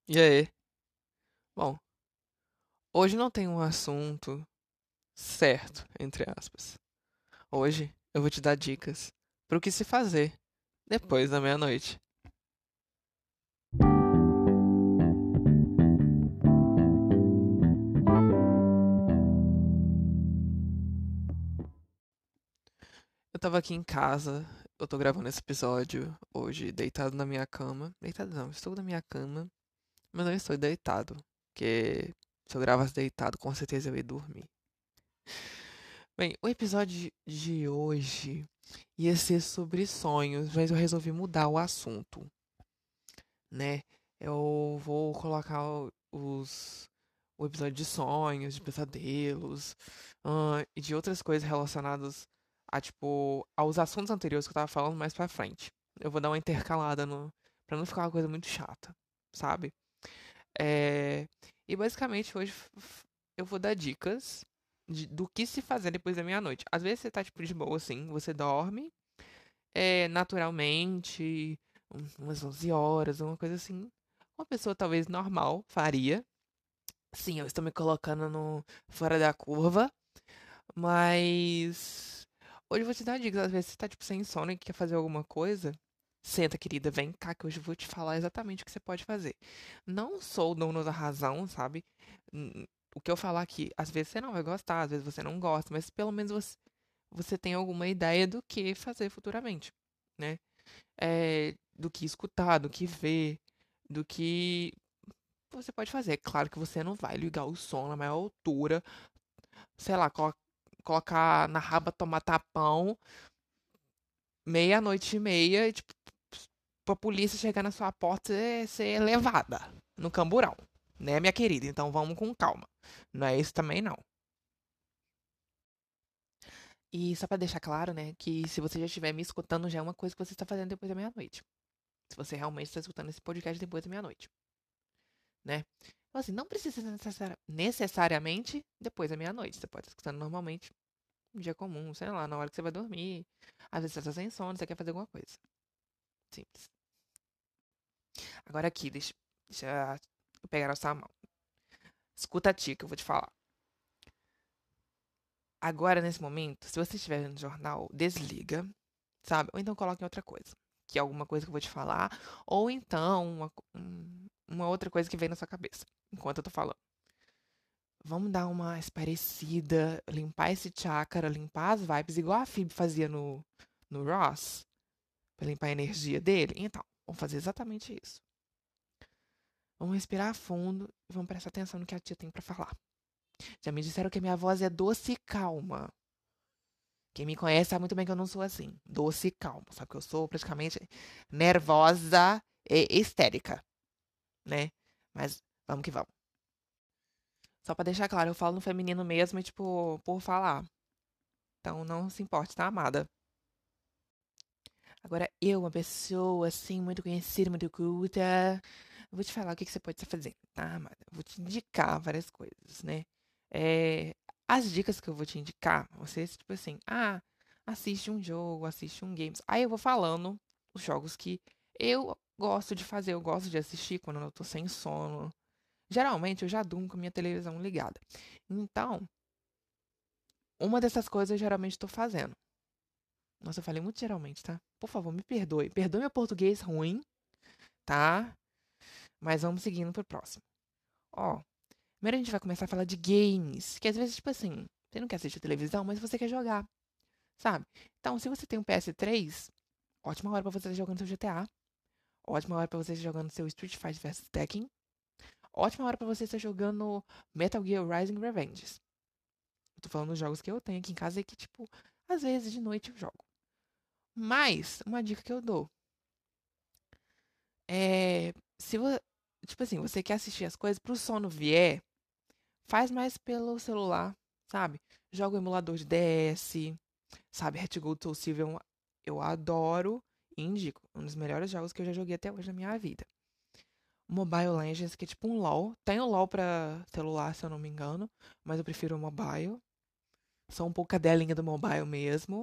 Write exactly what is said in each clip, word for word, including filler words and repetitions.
E aí? Bom, hoje não tem um assunto certo, entre aspas. Hoje eu vou te dar dicas para o que se fazer depois da meia-noite. Eu tava aqui em casa, eu tô gravando esse episódio hoje deitado na minha cama. Deitado não, estou na minha cama, mas não estou deitado, porque se eu gravasse deitado, com certeza eu ia dormir. Bem, o episódio de hoje ia ser sobre sonhos, mas eu resolvi mudar o assunto, né? Eu vou colocar o- os o episódio de sonhos, de pesadelos, ahn, e de outras coisas relacionadas a tipo aos assuntos anteriores que eu tava falando mais pra frente. Eu vou dar uma intercalada no para não ficar uma coisa muito chata, sabe? É, e basicamente hoje f- f- eu vou dar dicas de- do que se fazer depois da meia-noite. Às vezes você tá tipo de boa assim, você dorme é, naturalmente, um- umas onze horas, uma coisa assim. Uma pessoa talvez normal faria. Sim, eu estou me colocando no fora da curva, mas hoje eu vou te dar dicas. Às vezes você tá tipo sem sono e quer fazer alguma coisa. Senta, querida, vem cá que hoje eu vou te falar exatamente o que você pode fazer. Não sou o dono da razão, sabe? Hum, O que eu falar aqui, às vezes você não vai gostar, às vezes você não gosta, mas pelo menos você, você tem alguma ideia do que fazer futuramente, né? É, do que escutar, do que ver, do que você pode fazer. É claro que você não vai ligar o som na maior altura, sei lá, colo- colocar na raba tomar tapão, meia-noite e meia, e tipo, pra polícia chegar na sua porta e ser levada no camburão, né, minha querida? Então vamos com calma. Não é isso também, não. E só pra deixar claro, né, que se você já estiver me escutando, já é uma coisa que você está fazendo depois da meia-noite. Se você realmente está escutando esse podcast depois da meia-noite, né? Então, assim, não precisa ser necessari- necessariamente depois da meia-noite. Você pode estar escutando normalmente, um dia comum, sei lá, na hora que você vai dormir. Às vezes você tá sem sono, você quer fazer alguma coisa. Simples. Agora aqui, deixa, deixa eu pegar a sua mão. Escuta a tia que eu vou te falar. Agora, nesse momento, se você estiver vendo o jornal, desliga, sabe? Ou então coloque em outra coisa. Que é alguma coisa que eu vou te falar. Ou então, uma, co- um- uma outra coisa que vem na sua cabeça. Enquanto eu tô falando. Vamos dar uma esparecida, limpar esse chakra, limpar as vibes, igual a Phoebe fazia no, no Ross, pra limpar a energia dele. Então, vamos fazer exatamente isso. Vamos respirar fundo e vamos prestar atenção no que a tia tem pra falar. Já me disseram que a minha voz é doce e calma. Quem me conhece sabe muito bem que eu não sou assim. Doce e calma. Sabe que eu sou praticamente nervosa e histérica, né? Mas vamos que vamos. Só pra deixar claro, eu falo no feminino mesmo e, tipo, por falar. Então não se importe, tá, amada? Agora, eu, uma pessoa assim, muito conhecida, muito culta, eu vou te falar o que que você pode estar fazendo, tá, amada? Eu vou te indicar várias coisas, né? É, as dicas que eu vou te indicar, você, tipo assim, ah, assiste um jogo, assiste um games. Aí eu vou falando os jogos que eu gosto de fazer, eu gosto de assistir quando eu tô sem sono. Geralmente eu já durmo com a minha televisão ligada. Então, uma dessas coisas eu geralmente tô fazendo. Nossa, eu falei muito geralmente, tá? Por favor, me perdoe. Perdoe meu português ruim, tá? Mas vamos seguindo pro próximo. Ó, primeiro a gente vai começar a falar de games. Que às vezes, tipo assim, você não quer assistir televisão, mas você quer jogar, sabe? Então, se você tem um P S três, ótima hora pra você estar jogando seu G T A. Ótima hora pra você estar jogando seu Street Fighter versus. Tekken. Ótima hora pra você estar jogando Metal Gear Rising Revengeance. Eu tô falando dos jogos que eu tenho aqui em casa e que, tipo, às vezes de noite eu jogo. Mas, uma dica que eu dou. É, se você, tipo assim, você quer assistir as coisas pro sono vier, faz mais pelo celular, sabe? Joga o emulador de D S, sabe? Let Go Soul Silver, eu eu adoro e indico. Um dos melhores jogos que eu já joguei até hoje na minha vida. Mobile Legends, que é tipo um LoL. Tem o LoL pra celular, se eu não me engano, mas eu prefiro o mobile. Sou um pouco cadelinha do mobile mesmo.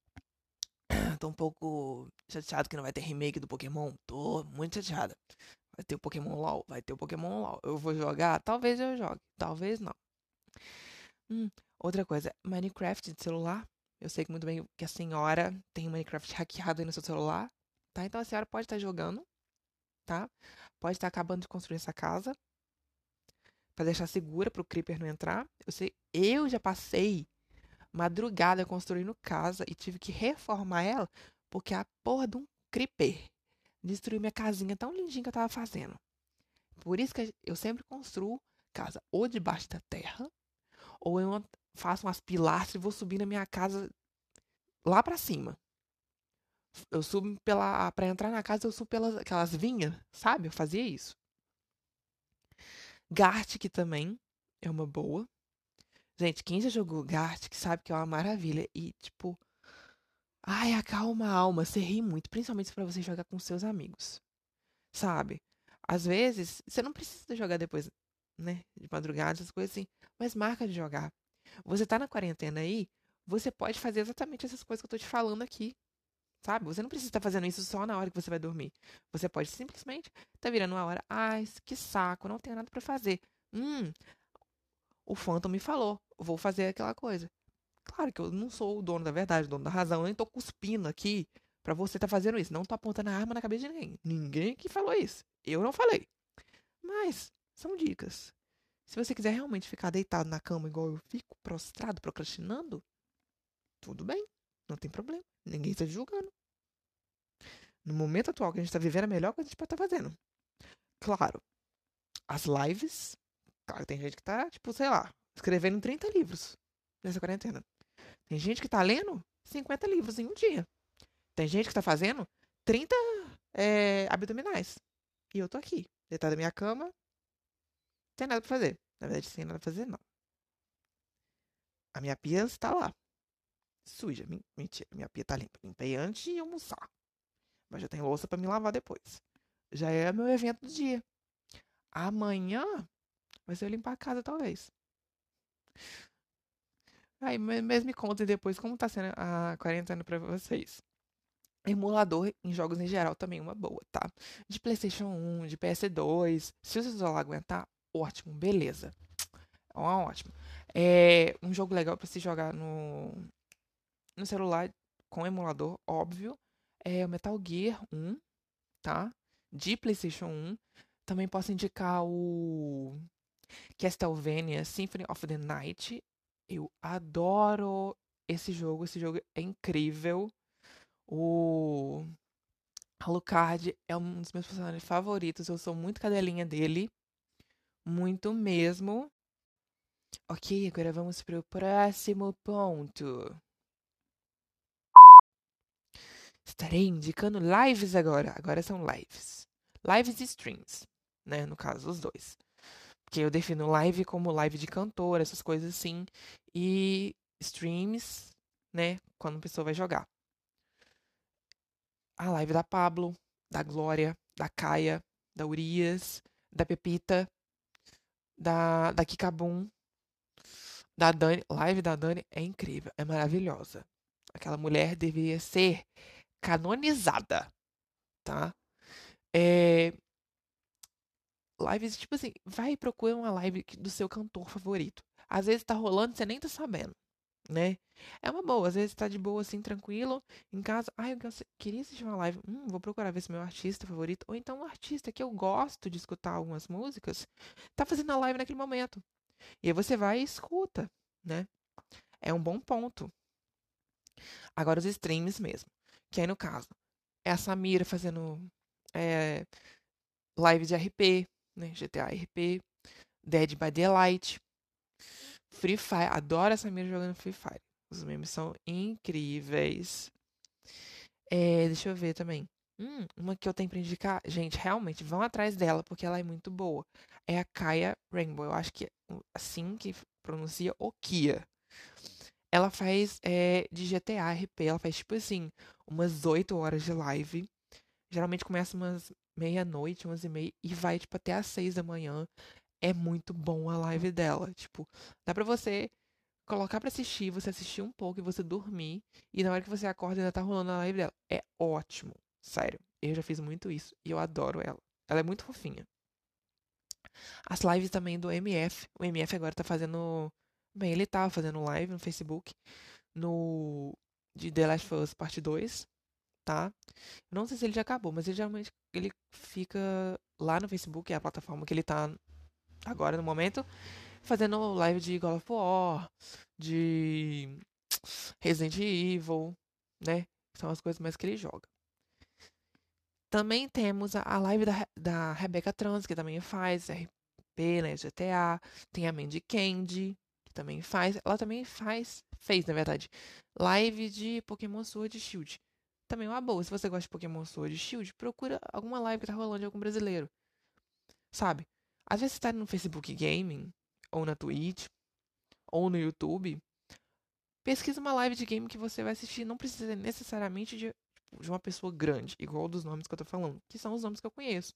Tô um pouco chateado que não vai ter remake do Pokémon. Tô muito chateada. Vai ter o Pokémon LOL? Vai ter o Pokémon LOL. Eu vou jogar? Talvez eu jogue. Talvez não. Hum, outra coisa, Minecraft de celular. Eu sei que muito bem que a senhora tem o Minecraft hackeado aí no seu celular, tá? Então a senhora pode estar jogando, tá? Pode estar acabando de construir essa casa pra deixar segura pro Creeper não entrar. Eu sei, eu já passei madrugada construindo casa e tive que reformar ela porque a porra de um Creeper destruiu minha casinha tão lindinha que eu tava fazendo. Por isso que eu sempre construo casa ou debaixo da terra, ou eu faço umas pilastras e vou subir na minha casa lá pra cima. Eu subo pela. Pra entrar na casa, eu subo pelas aquelas vinhas, sabe? Eu fazia isso. Gartic também é uma boa. Gente, quem já jogou Gartic sabe que é uma maravilha. E, tipo, ai, acalma a alma. Você ri muito, principalmente pra você jogar com seus amigos. Sabe? Às vezes, você não precisa jogar depois, né? De madrugada, essas coisas assim. Mas marca de jogar. Você tá na quarentena aí, você pode fazer exatamente essas coisas que eu tô te falando aqui. Sabe? Você não precisa estar fazendo isso só na hora que você vai dormir. Você pode simplesmente estar virando uma hora. Ai, que saco, não tenho nada pra fazer. Hum, o Phantom me falou. Vou fazer aquela coisa. Claro que eu não sou o dono da verdade, o dono da razão. Eu nem tô cuspindo aqui pra você estar fazendo isso. Não tô apontando a arma na cabeça de ninguém. Ninguém que falou isso. Eu não falei. Mas são dicas. Se você quiser realmente ficar deitado na cama igual eu fico, prostrado, procrastinando, tudo bem. Não tem problema. Ninguém está te julgando. No momento atual que a gente tá vivendo, é a melhor coisa que a gente pode estar fazendo. Claro, as lives. Claro, tem gente que tá, tipo, sei lá, escrevendo trinta livros nessa quarentena. Tem gente que tá lendo cinquenta livros em um dia. Tem gente que tá fazendo trinta é, abdominais. E eu tô aqui, deitado na minha cama, sem nada pra fazer. Na verdade, sem nada pra fazer, não. A minha pia está lá, suja. Mentira, minha pia tá limpa. Limpei antes de almoçar. Mas já tem louça pra me lavar depois. Já é meu evento do dia. Amanhã vai ser eu limpar a casa, talvez. Aí, mas me contem depois como tá sendo a quarentena pra vocês. Emulador em jogos em geral também é uma boa, tá? De PlayStation um, de P S dois. Se o seu celular aguentar, ótimo, beleza. É uma ótimo. É um jogo legal pra se jogar no, no celular com emulador, óbvio. É o Metal Gear um, tá? De PlayStation um. Também posso indicar o Castlevania Symphony of the Night. Eu adoro esse jogo. Esse jogo é incrível. O Alucard é um dos meus personagens favoritos. Eu sou muito cadelinha dele. Muito mesmo. Ok, agora vamos para o próximo ponto. Estarei indicando lives agora. Agora são lives. Lives e streams, né? No caso, os dois. Porque eu defino live como live de cantor, essas coisas assim. E streams, né? Quando a pessoa vai jogar. A live da Pablo, da Glória, da Caia, da Urias, da Pepita, da, da Kikabum, da Dani. Live da Dani é incrível, é maravilhosa. Aquela mulher deveria ser canonizada, tá? É, lives, tipo assim, vai e procura uma live do seu cantor favorito. Às vezes tá rolando e você nem tá sabendo, né? É uma boa, às vezes tá de boa, assim, tranquilo, em casa. Ai, eu queria assistir uma live. Hum, vou procurar ver se meu artista favorito, ou então um artista que eu gosto de escutar algumas músicas, tá fazendo a live naquele momento. E aí você vai e escuta, né? É um bom ponto. Agora os streams mesmo. Que aí, no caso, é a Samira fazendo é, live de R P, né? G T A R P, Dead by Daylight, Free Fire. Adoro a Samira jogando Free Fire. Os memes são incríveis. É, deixa eu ver também. Hum, uma que eu tenho pra indicar. Gente, realmente, vão atrás dela, porque ela é muito boa. É a Kaya Rainbow. Eu acho que é assim que pronuncia Okia. Ela faz é, de G T A R P. Ela faz, tipo assim, umas oito horas de live. Geralmente começa umas meia-noite, umas e meia, e vai, tipo, até às seis da manhã. É muito bom a live dela. Tipo, dá pra você colocar pra assistir, você assistir um pouco e você dormir. E na hora que você acorda ainda tá rolando a live dela. É ótimo. Sério. Eu já fiz muito isso e eu adoro ela. Ela é muito fofinha. As lives também do M F. O M F agora tá fazendo. Bem, ele tava fazendo live no Facebook. No. De The Last of Us Parte dois, tá? Eu não sei se ele já acabou, mas ele geralmente ele fica lá no Facebook, é a plataforma que ele tá agora no momento, fazendo live de God of War, de Resident Evil, né? São as coisas mais que ele joga. Também temos a, a live da, Re- da Rebecca Trans, que também faz R P, né? G T A. Tem a Mandy Candy, que também faz. Ela também faz, fez, na verdade, live de Pokémon Sword e Shield. Também é uma boa. Se você gosta de Pokémon Sword e Shield, procura alguma live que tá rolando de algum brasileiro, sabe? Às vezes você tá no Facebook Gaming, ou na Twitch, ou no YouTube. Pesquisa uma live de game que você vai assistir. Não precisa necessariamente de, tipo, de uma pessoa grande, igual dos nomes que eu tô falando, que são os nomes que eu conheço.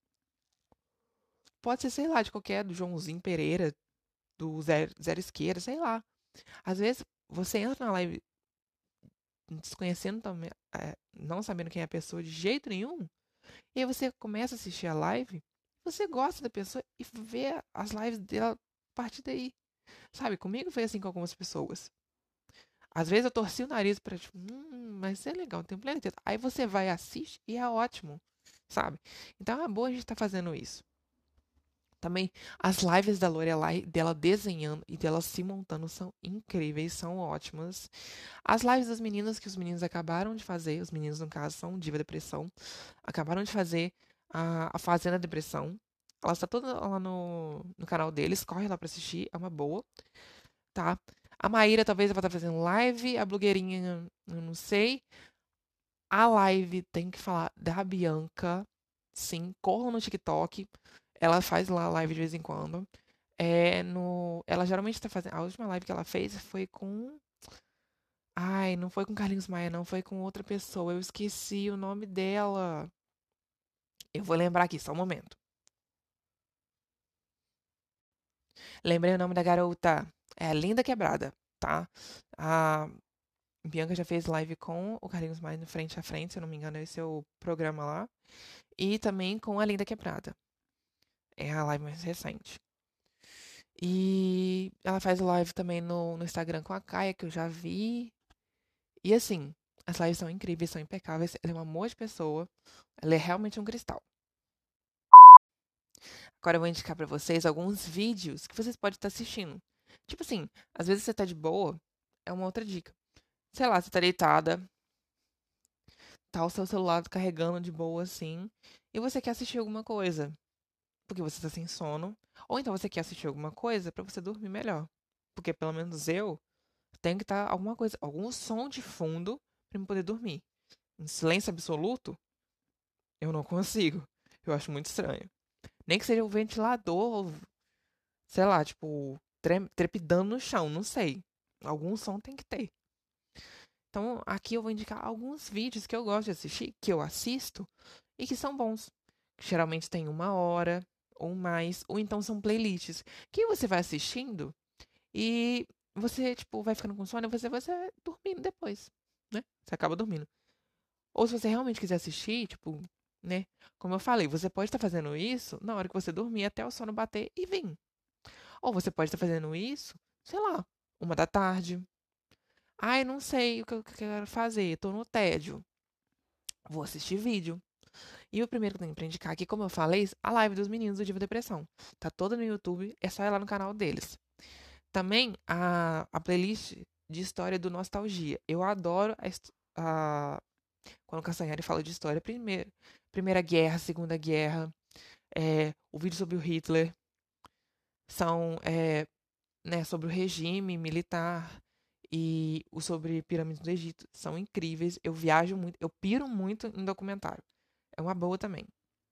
Pode ser, sei lá, de qualquer, do Joãozinho Pereira, do Zero, Zero Esquerda, sei lá. Às vezes você entra na live desconhecendo também, é, não sabendo quem é a pessoa de jeito nenhum, e aí você começa a assistir a live, você gosta da pessoa e vê as lives dela a partir daí. Sabe, comigo foi assim com algumas pessoas. Às vezes eu torci o nariz pra, tipo, hum, mas é legal, tem pleno tempo. Aí você vai, assiste e é ótimo, sabe? Então é bom a gente estar fazendo isso. Também as lives da Lorelai, dela desenhando e dela se montando, são incríveis, são ótimas. As lives dos meninos, que os meninos acabaram de fazer, os meninos, no caso, são Diva Depressão, acabaram de fazer a, a Fazenda Depressão. Ela está toda lá no, no canal deles, corre lá pra assistir, é uma boa, tá? A Maíra talvez vai estar fazendo live, a blogueirinha, eu não sei. A live, tem que falar da Bianca, sim, corram no TikTok. Ela faz lá live de vez em quando. É no, ela geralmente tá fazendo. A última live que ela fez foi com. Ai, não foi com Carlinhos Maia, não, foi com outra pessoa. Eu esqueci o nome dela. Eu vou lembrar aqui, só um momento. Lembrei o nome da garota. É a Linda Quebrada, tá? A Bianca já fez live com o Carlinhos Maia no Frente a Frente, se eu não me engano, esse é o programa lá. E também com a Linda Quebrada. É a live mais recente. E ela faz live também no, no Instagram com a Kaia, que eu já vi. E assim, as lives são incríveis, são impecáveis. Ela é um amor de pessoa. Ela é realmente um cristal. Agora eu vou indicar pra vocês alguns vídeos que vocês podem estar assistindo. Tipo assim, às vezes você tá de boa, é uma outra dica. Sei lá, você tá deitada, tá o seu celular carregando de boa assim, e você quer assistir alguma coisa, porque você tá sem sono, ou então você quer assistir alguma coisa pra você dormir melhor. Porque pelo menos eu tenho que estar alguma coisa, algum som de fundo pra eu poder dormir. Em silêncio absoluto, eu não consigo. Eu acho muito estranho. Nem que seja o ventilador, sei lá, tipo, tre- trepidando no chão, não sei. Algum som tem que ter. Então, aqui eu vou indicar alguns vídeos que eu gosto de assistir, que eu assisto e que são bons. Que geralmente tem uma hora ou mais, ou então são playlists que você vai assistindo e você, tipo, vai ficando com sono e você, você vai dormindo depois, né? Você acaba dormindo. Ou se você realmente quiser assistir, tipo, né? Como eu falei, você pode estar fazendo isso na hora que você dormir até o sono bater e vir. Ou você pode estar fazendo isso, sei lá, uma da tarde. Ai, não sei o que eu quero fazer, tô no tédio. Vou assistir vídeo. E o primeiro que eu tenho pra indicar aqui, como eu falei, a live dos meninos do Diva Depressão. Tá toda no YouTube, é só ir lá no canal deles. Também a, a playlist de história do Nostalgia. Eu adoro a, his- a- quando o Castanhari fala de história. Primeira, Primeira Guerra, Segunda Guerra, é, o vídeo sobre o Hitler. São é, né, sobre o regime militar e o sobre pirâmides do Egito. São incríveis. Eu viajo muito, eu piro muito em documentário. É uma boa também.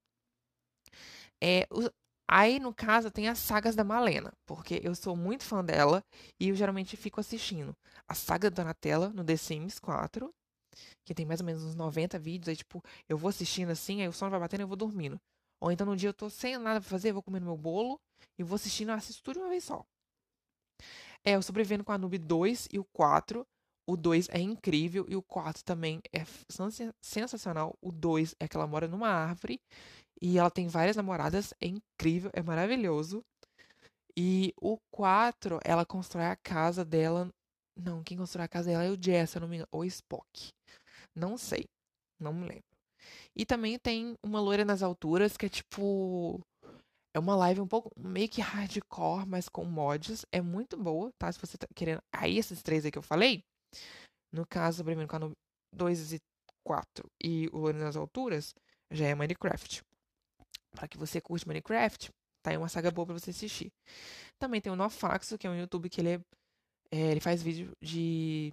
É, o- aí, no caso, tem as sagas da Malena, porque eu sou muito fã dela e eu geralmente fico assistindo a saga da Donatella no The Sims quatro, que tem mais ou menos uns noventa vídeos, aí tipo, eu vou assistindo assim, aí o sono vai batendo e eu vou dormindo. Ou então no dia eu tô sem nada pra fazer, eu vou comendo meu bolo e vou assistindo, eu assisto tudo de uma vez só. É, o Sobrevivendo com a Noob dois e o quatro. O dois é incrível e o quatro também é f- sensa- sensacional. O dois é que ela mora numa árvore E ela tem várias namoradas, é incrível, é maravilhoso. E o quatro, ela constrói a casa dela. Não, quem constrói a casa dela é o Jess, se eu não me engano. Ou Spock. Não sei. Não me lembro. E também tem uma loira nas alturas, que é tipo. É uma live um pouco meio que hardcore, mas com mods. É muito boa, tá? Se você tá querendo. Aí, esses três aí que eu falei. No caso, primeiro canal dois e quatro e o loira nas alturas, já é Minecraft. Pra que você curte Minecraft, tá aí uma saga boa pra você assistir. Também tem o Nofaxo, que é um YouTube que ele é, é, ele faz vídeo de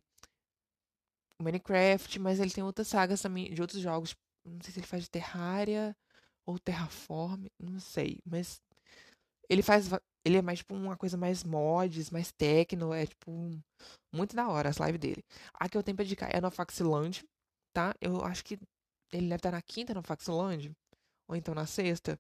Minecraft, mas ele tem outras sagas também de outros jogos. Não sei se ele faz de Terraria ou Terraform, não sei, mas ele faz va- ele é mais tipo uma coisa mais mods, mais techno, é tipo muito da hora as lives dele. A que eu tenho pra indicar é a Nofaxland, tá? Eu acho que ele deve estar na quinta Nofaxland, ou então na sexta.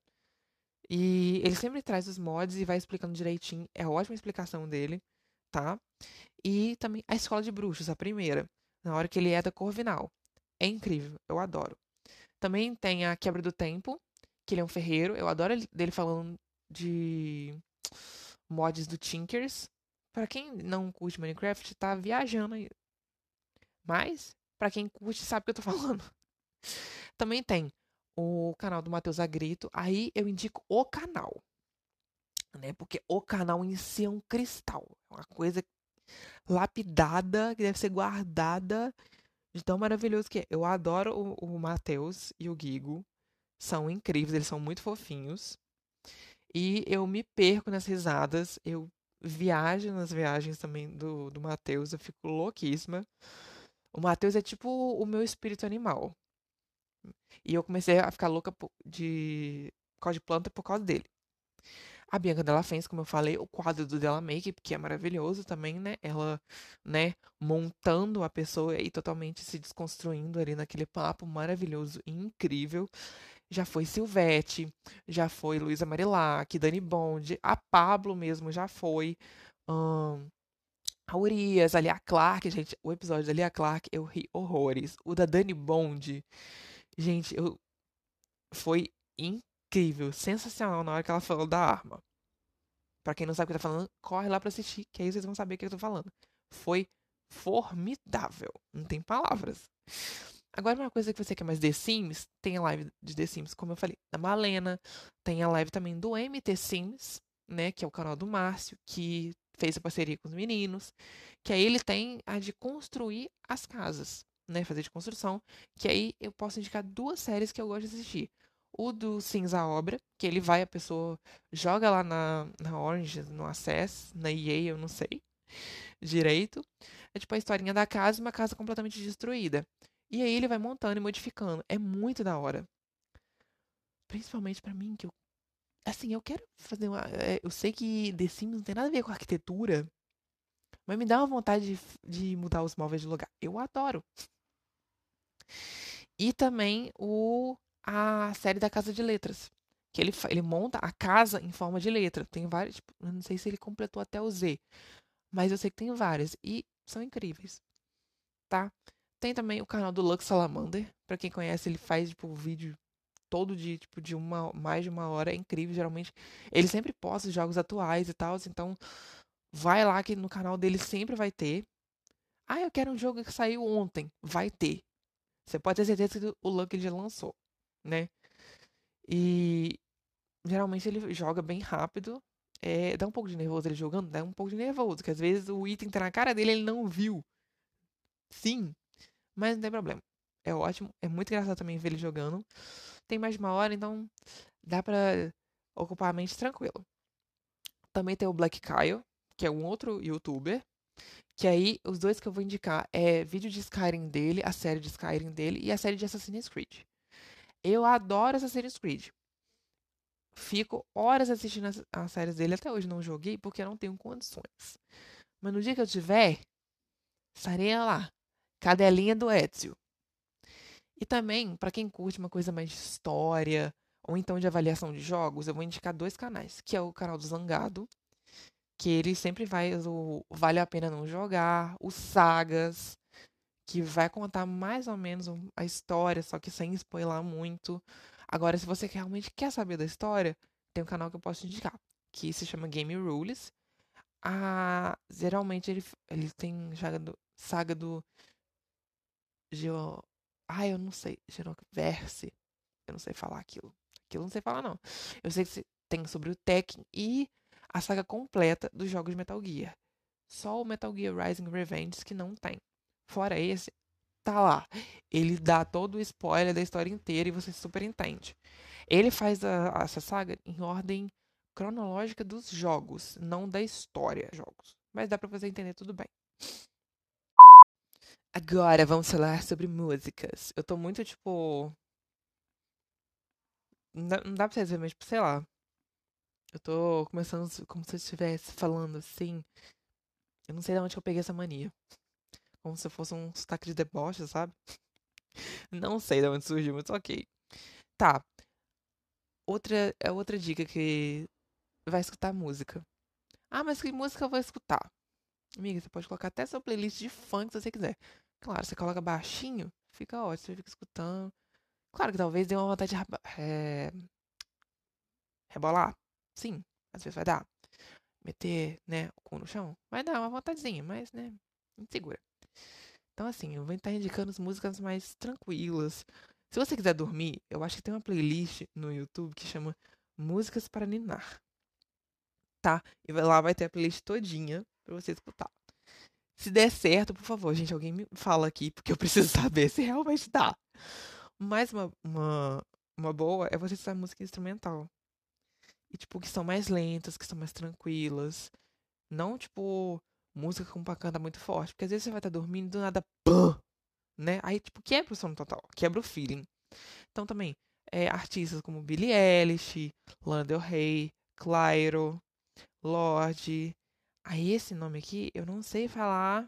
E ele sempre traz os mods e vai explicando direitinho. É a ótima explicação dele, tá? E também a Escola de Bruxos, a primeira, na hora que ele é da Corvinal. É incrível, eu adoro. Também tem a Quebra do Tempo, que ele é um ferreiro. Eu adoro ele- dele falando de mods do Tinkers. Pra quem não curte Minecraft, tá viajando aí. Mas, pra quem curte, sabe o que eu tô falando. Também tem o canal do Matheus Agrito. Aí eu indico o canal, né? Porque o canal em si é um cristal. É uma coisa lapidada, que deve ser guardada de tão maravilhoso que é. Eu adoro o, o Matheus e o Guigo. São incríveis, eles são muito fofinhos. E eu me perco nas risadas. Eu viajo nas viagens também do, do Matheus. Eu fico louquíssima. O Matheus é tipo o meu espírito animal. E eu comecei a ficar louca po- de por causa de planta por causa dele. A Bianca Della Fence, como eu falei, o quadro do Della Make, que é maravilhoso também, né? Ela, né, montando a pessoa e totalmente se desconstruindo ali naquele papo maravilhoso e incrível. Já foi Silvete, já foi Luísa Marilac, Dani Bond, a Pablo mesmo já foi. ahn, a Urias, a Lia Clark, gente, o episódio da Lia Clark eu ri horrores. O da Dani Bond, gente, eu foi incrível, sensacional na hora que ela falou da arma. Pra quem não sabe o que tá falando, corre lá pra assistir, que aí vocês vão saber o que eu tô falando. Foi formidável. Não tem palavras. Agora, uma coisa que você quer mais The Sims, tem a live de The Sims, como eu falei, da Malena. Tem a live também do M T Sims, né? Que é o canal do Márcio, que fez a parceria com os meninos. Que aí ele tem a de construir as casas, né? Fazer de construção. Que aí eu posso indicar duas séries que eu gosto de assistir. O do Sims a Obra, que ele vai, a pessoa joga lá na, na Orange, no Access, na E A, eu não sei direito. É tipo a historinha da casa e uma casa completamente destruída. E aí ele vai montando e modificando. É muito da hora. Principalmente pra mim, que eu. Assim, eu quero fazer uma. é, Eu sei que The Sims não tem nada a ver com arquitetura, mas me dá uma vontade de, de mudar os móveis de lugar. Eu adoro. E também o a série da Casa de Letras. Que ele, fa- ele monta a casa em forma de letra. Tem vários. Tipo, eu não sei se ele completou até o Z. Mas eu sei que tem várias. E são incríveis, tá? Tem também o canal do Lux Salamander. Pra quem conhece, ele faz, tipo, vídeo todo dia, tipo, de uma, mais de uma hora. É incrível, geralmente. Ele sempre posta jogos atuais e tal. Então, vai lá que no canal dele sempre vai ter. Ah, eu quero um jogo que saiu ontem. Vai ter. Você pode ter certeza que o Lux ele já lançou, né? E geralmente ele joga bem rápido. É, dá um pouco de nervoso ele jogando, dá um pouco de nervoso, porque às vezes o item tá na cara dele e ele não viu. Sim, mas não tem problema. É ótimo, é muito engraçado também ver ele jogando. Tem mais de uma hora, então dá pra ocupar a mente tranquilo. Também tem o Black Kyle, que é um outro youtuber. Que aí, os dois que eu vou indicar é vídeo de Skyrim dele, a série de Skyrim dele e a série de Assassin's Creed. Eu adoro Assassin's Creed. Fico horas assistindo as, as séries dele. Até hoje não joguei porque eu não tenho condições. Mas no dia que eu tiver, estarei lá. Cadelinha do Ezio. E também, para quem curte uma coisa mais de história ou então de avaliação de jogos, eu vou indicar dois canais, que é o canal do Zangado, que ele sempre vai o Vale a Pena Não Jogar, o Sagas, que vai contar mais ou menos a história, só que sem spoiler muito. Agora, se você realmente quer saber da história, tem um canal que eu posso te indicar, que se chama Game Rules. Ah, geralmente ele, ele tem saga do, saga do Geo... Ah, eu não sei. Geoverse. Eu não sei falar aquilo. Aquilo eu não sei falar, não. Eu sei que se- tem sobre o Tekken e a saga completa dos jogos de Metal Gear. Só o Metal Gear Rising Revenge que não tem. Fora esse, tá lá. Ele dá todo o spoiler da história inteira e você super entende. Ele faz a- essa saga em ordem cronológica dos jogos, não da história jogos. Mas dá pra você entender tudo bem. Agora vamos falar sobre músicas. Eu tô muito, tipo. Não dá, não dá pra você dizer, mas, tipo, sei lá. Eu tô começando como se eu estivesse falando assim. Eu não sei de onde que eu peguei essa mania. Como se fosse um sotaque de deboche, sabe? Não sei de onde surgiu, mas ok. Tá. Outra, é outra dica que vai escutar música. Ah, mas que música eu vou escutar? Amiga, você pode colocar até sua playlist de funk se você quiser. Claro, você coloca baixinho, fica ótimo, você fica escutando. Claro que talvez dê uma vontade de reba- é, rebolar. Sim, às vezes vai dar. Meter, né, o cu no chão. Vai dar uma vontadezinha, mas, né, insegura. Então, assim, eu vou estar indicando as músicas mais tranquilas. Se você quiser dormir, eu acho que tem uma playlist no YouTube que chama Músicas para Ninar, tá? E vai- lá vai ter a playlist todinha pra você escutar. Se der certo, por favor, gente, alguém me fala aqui, porque eu preciso saber se realmente dá. Mais uma, uma, uma boa é você escutar música instrumental. E, tipo, que são mais lentas, que são mais tranquilas. Não, tipo, música com uma canta muito forte. Porque às vezes você vai estar dormindo e do nada, pã, né? Aí, tipo, quebra o sono total, quebra o feeling. Então, também, é, artistas como Billie Eilish, Lana Del Rey, Clairo, Lorde. Aí, esse nome aqui, eu não sei falar.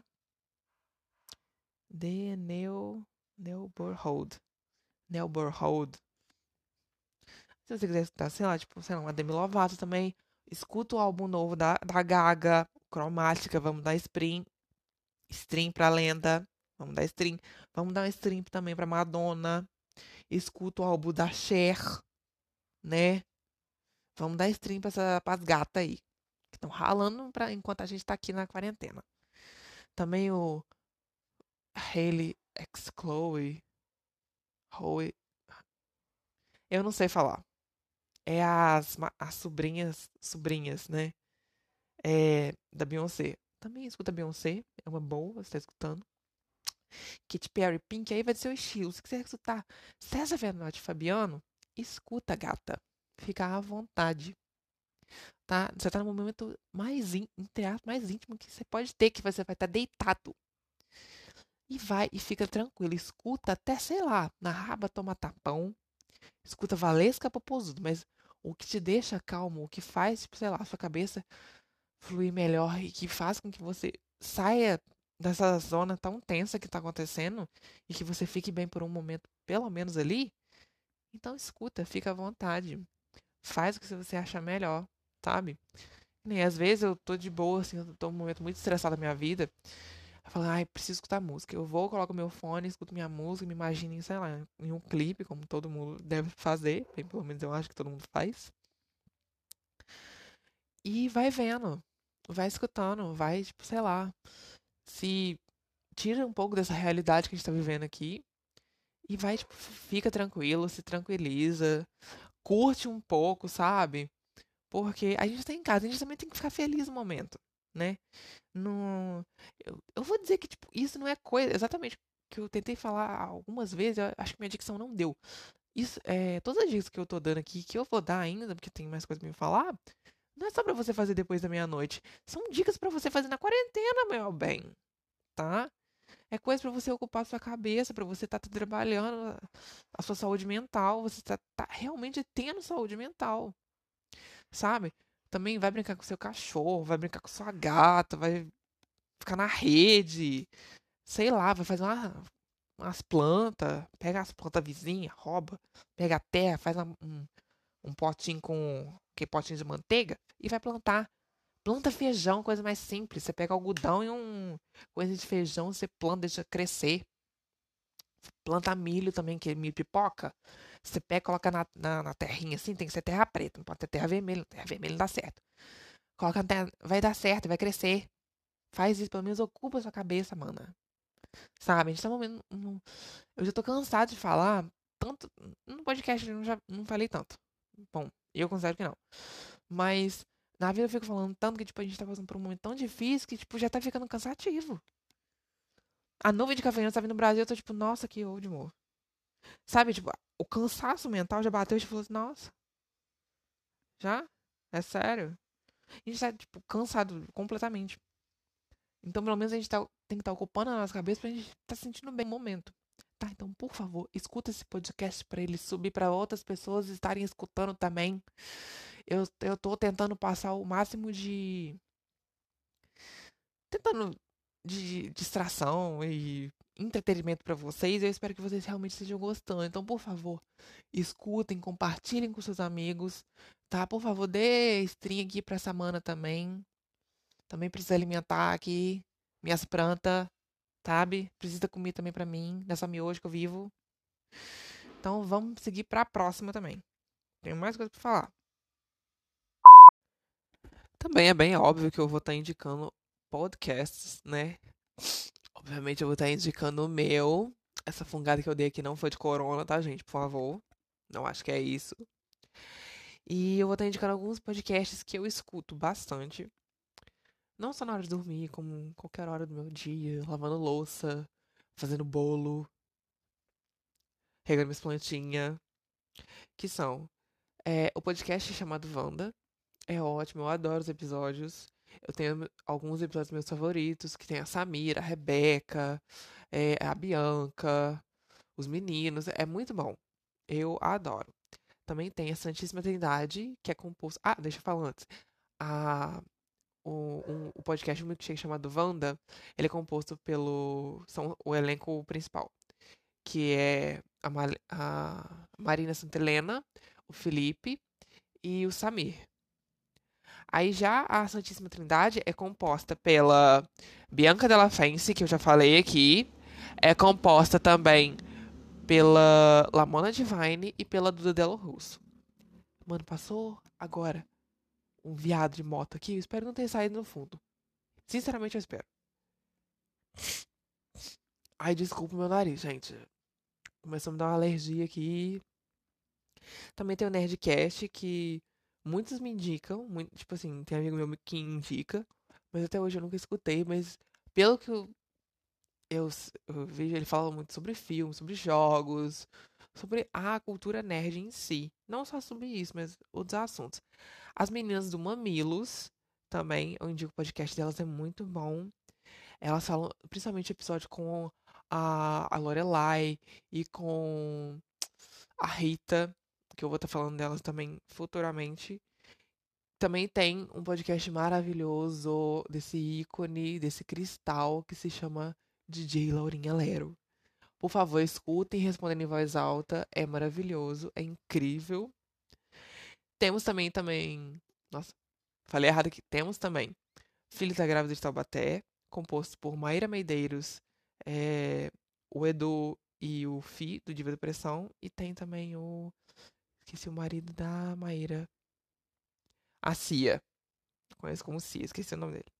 The Neo... Neighborhood. Neighborhood. Se você quiser escutar, sei lá, tipo, sei lá, uma Demi Lovato também, escuta o álbum novo da, da Gaga, Cromática, vamos dar stream, stream pra Lenda, vamos dar stream, vamos dar um stream também pra Madonna, escuta o álbum da Cher, né? Vamos dar stream pra essa, pras gatas aí, que estão ralando pra, enquanto a gente tá aqui na quarentena. Também o Hailey X Chloe, Howe, eu não sei falar. É as, ma- as sobrinhas, sobrinhas, né? É, da Beyoncé. Também escuta Beyoncé, é uma boa, você tá escutando. Katy Perry, Pink, aí vai do seu estilo. Se quiser escutar César Venotti e Fabiano, escuta, gata. Fica à vontade, tá? Você tá no momento mais, in, entre aspas, mais íntimo que você pode ter, que você vai estar deitado. E vai e fica tranquilo. Escuta até, sei lá, na raba toma tapão. Escuta Valesca Popozudo, mas o que te deixa calmo, o que faz, tipo, sei lá, a sua cabeça fluir melhor e que faz com que você saia dessa zona tão tensa que tá acontecendo e que você fique bem por um momento, pelo menos ali, então escuta, fica à vontade. Faz o que você achar melhor, sabe? Nem às vezes eu tô de boa, assim, eu tô num momento muito estressado da minha vida. Eu falo, ai, preciso escutar música. Eu vou, coloco meu fone, escuto minha música, me imagino, em, sei lá, em um clipe, como todo mundo deve fazer, bem, pelo menos eu acho que todo mundo faz. E vai vendo, vai escutando, vai, tipo, sei lá, se tira um pouco dessa realidade que a gente tá vivendo aqui e vai, tipo, fica tranquilo, se tranquiliza, curte um pouco, sabe? Porque a gente tá em casa, a gente também tem que ficar feliz no momento, né? Não, eu, eu vou dizer que, tipo, isso não é coisa, exatamente o que eu tentei falar algumas vezes, eu acho que minha dicção não deu. Isso, é, todas as dicas que eu tô dando aqui, que eu vou dar ainda, porque tem mais coisa pra me falar, não é só pra você fazer depois da meia-noite. São dicas pra você fazer na quarentena, meu bem, tá? É coisa pra você ocupar a sua cabeça, pra você estar tá trabalhando a sua saúde mental, você tá, tá realmente tendo saúde mental, sabe? Também vai brincar com seu cachorro, vai brincar com sua gata, vai ficar na rede, sei lá, vai fazer uma, umas plantas, pega as plantas vizinhas, rouba, pega a terra, faz uma- um, um potinho com que potinho de manteiga e vai plantar. Planta feijão, coisa mais simples. Você pega algodão e um coisa de feijão, você planta, deixa crescer. Planta milho também, que é milho pipoca. Você pega e coloca na, na, na terrinha assim, tem que ser terra preta, não pode ter terra vermelha. Terra vermelha não dá certo. Coloca na terra, vai dar certo, vai crescer. Faz isso, pelo menos ocupa a sua cabeça, mana. Sabe? A gente tá num momento. num- Eu já tô cansado de falar. Tanto. No podcast eu já não falei tanto. Bom, eu considero que não. Mas na vida eu fico falando tanto que, tipo, a gente tá passando por um momento tão difícil que, tipo, já tá ficando cansativo. A nuvem de cafeína tá vindo no Brasil, eu tô tipo, nossa, que ódio, amor. Sabe, tipo, o cansaço mental já bateu e tipo, nossa, já? É sério? A gente tá, tipo, cansado completamente. Então, pelo menos a gente tá, tem que estar ocupando a nossa cabeça pra gente tá se sentindo bem no momento. Tá, então, por favor, escuta esse podcast pra ele subir pra outras pessoas estarem escutando também. Eu, eu tô tentando passar o máximo de. Tentando de distração e entretenimento pra vocês. Eu espero que vocês realmente estejam gostando. Então, por favor, escutem, compartilhem com seus amigos, tá? Por favor, dê stream aqui pra Samana também. Também precisa alimentar aqui minhas plantas, sabe? Precisa comer também pra mim, nessa miojo que eu vivo. Então, vamos seguir pra próxima também. Tenho mais coisa pra falar. Também é bem óbvio que eu vou estar indicando podcasts, né? Obviamente eu vou estar indicando o meu. Essa fungada que eu dei aqui não foi de corona, tá, gente? Por favor. Não acho que é isso. E eu vou estar indicando alguns podcasts que eu escuto bastante. Não só na hora de dormir, como qualquer hora do meu dia, lavando louça, fazendo bolo, regando minhas plantinhas. Que são é, o podcast chamado Wanda. É ótimo, eu adoro os episódios. Eu tenho alguns episódios meus favoritos, que tem a Samira, a Rebeca, é, a Bianca, os meninos. É muito bom. Eu adoro. Também tem a Santíssima Trindade, que é composto. Ah, deixa eu falar antes. A, o, um, o podcast Milkshake chamado Wanda, ele é composto pelo. São o elenco principal. Que é a, Ma- a Marina Santelena, o Felipe e o Samir. Aí já a Santíssima Trindade é composta pela Bianca Della Fence, que eu já falei aqui. É composta também pela Lamona Divine e pela Duda Delo Russo. Mano, passou agora um viado de moto aqui. Eu espero não ter saído no fundo. Sinceramente, eu espero. Ai, desculpa o meu nariz, gente. Começou a me dar uma alergia aqui. Também tem o Nerdcast, que muitos me indicam. Muito, tipo assim, tem amigo meu que indica. Mas até hoje eu nunca escutei. Mas pelo que eu, eu, eu vejo, ele fala muito sobre filmes, sobre jogos, sobre a cultura nerd em si. Não só sobre isso, mas outros assuntos. As meninas do Mamilos, também, eu indico o podcast delas, é muito bom. Elas falam, principalmente o episódio com a, a Lorelai e com a Rita, que eu vou estar falando delas também futuramente. Também tem um podcast maravilhoso desse ícone, desse cristal, que se chama D J Laurinha Lero. Por favor, escutem respondendo em voz alta. É maravilhoso, é incrível. Temos também, também... Nossa, falei errado aqui. Temos também Filhos da Grávida de Taubaté, composto por Maíra Medeiros, é, o Edu e o Fi, do Diva Depressão. E tem também o... Esqueci o marido da Maíra. A Cia. Conheço como Cia, esqueci o nome dele.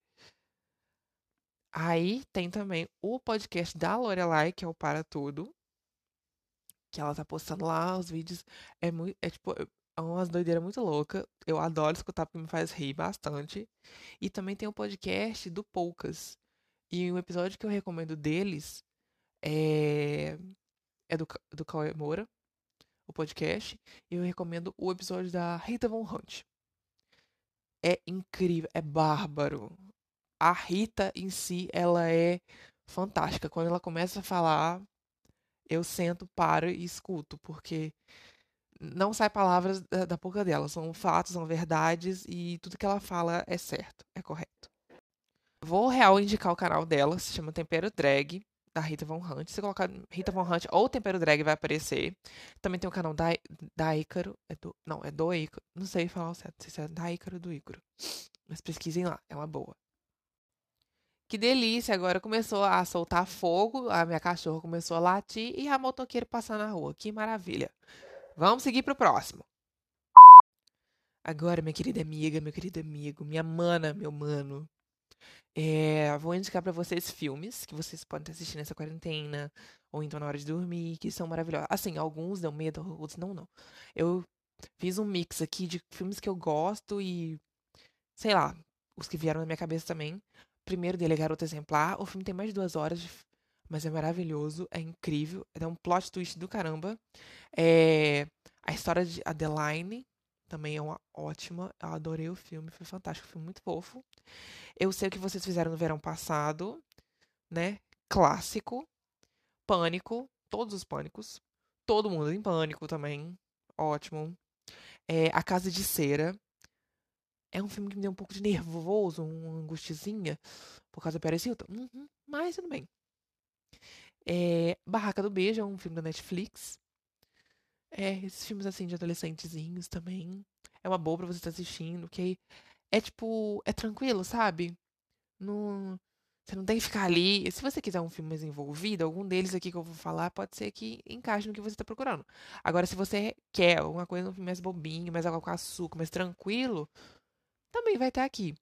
Aí tem também o podcast da Lorelai, que é o Para Tudo. Que ela tá postando lá os vídeos. É muito. É tipo. É umas doideiras muito loucas. Eu adoro escutar porque me faz rir bastante. E também tem o podcast do Poucas. E um episódio que eu recomendo deles é. É do, Ca- do Cauê Moura, o podcast. E eu recomendo o episódio da Rita Von Hunt. É incrível, é bárbaro. A Rita em si, ela é fantástica. Quando ela começa a falar, eu sento, paro e escuto, porque não sai palavras da, da boca dela, são fatos, são verdades e tudo que ela fala é certo, é correto. Vou real indicar o canal dela, se chama Tempero Drag, da Rita Von Hunt. Se colocar Rita Von Hunt ou Tempero Drag vai aparecer. Também tem o canal da, da Ícaro, é do, não, é do Ícaro, não sei falar o certo, não sei se é da Ícaro ou do Ícaro. Mas pesquisem lá, é uma boa. Que delícia, agora começou a soltar fogo, a minha cachorra começou a latir e a motoqueira passar na rua. Que maravilha. Vamos seguir pro próximo. Agora, minha querida amiga, meu querido amigo, minha mana, meu mano. É, vou indicar pra vocês filmes que vocês podem assistir nessa quarentena, ou então na hora de dormir, que são maravilhosos. Assim, alguns dão medo, outros não, não. Eu fiz um mix aqui de filmes que eu gosto e, sei lá, os que vieram na minha cabeça também. O primeiro dele é Garota Exemplar. O filme tem mais de duas horas, de f- mas é maravilhoso, é incrível, é um plot twist do caramba. É, a história de Adeline também é uma ótima. Eu adorei o filme, foi fantástico, foi muito fofo. Eu sei o que vocês fizeram no verão passado, né? Clássico. Pânico. Todos os pânicos. Todo mundo em pânico também. Ótimo. É, A Casa de Cera. É um filme que me deu um pouco de nervoso, uma angustiazinha, por causa do Paris Hilton. Uhum, mas tudo bem. É, Barraca do Beijo é um filme da Netflix. É, esses filmes assim de adolescentezinhos também. É uma boa pra você estar assistindo, que é tipo, é tranquilo, sabe? Não, você não tem que ficar ali. Se você quiser um filme mais envolvido, algum deles aqui que eu vou falar pode ser que encaixe no que você está procurando. Agora, se você quer alguma coisa, um filme mais bobinho, mais água com açúcar, mais tranquilo, também vai estar aqui.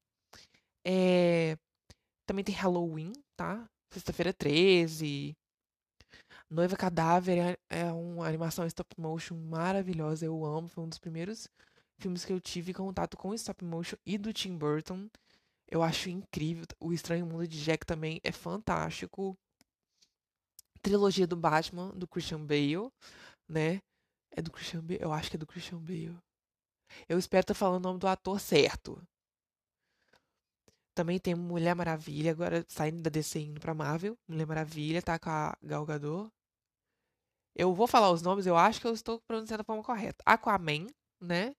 É, também tem Halloween, tá? Sexta-feira treze. Noiva Cadáver é, é uma animação stop motion maravilhosa. Eu amo. Foi um dos primeiros filmes que eu tive contato com stop motion e do Tim Burton. Eu acho incrível. O Estranho Mundo de Jack também é fantástico. Trilogia do Batman, do Christian Bale, né? É do Christian Bale? Eu acho que é do Christian Bale. Eu espero estar falando o nome do ator certo. Também tem Mulher Maravilha, agora saindo da D C e indo pra Marvel. Mulher Maravilha, tá com a Gal Gadot. Eu vou falar os nomes, eu acho que eu estou pronunciando da forma correta. Aquaman, né?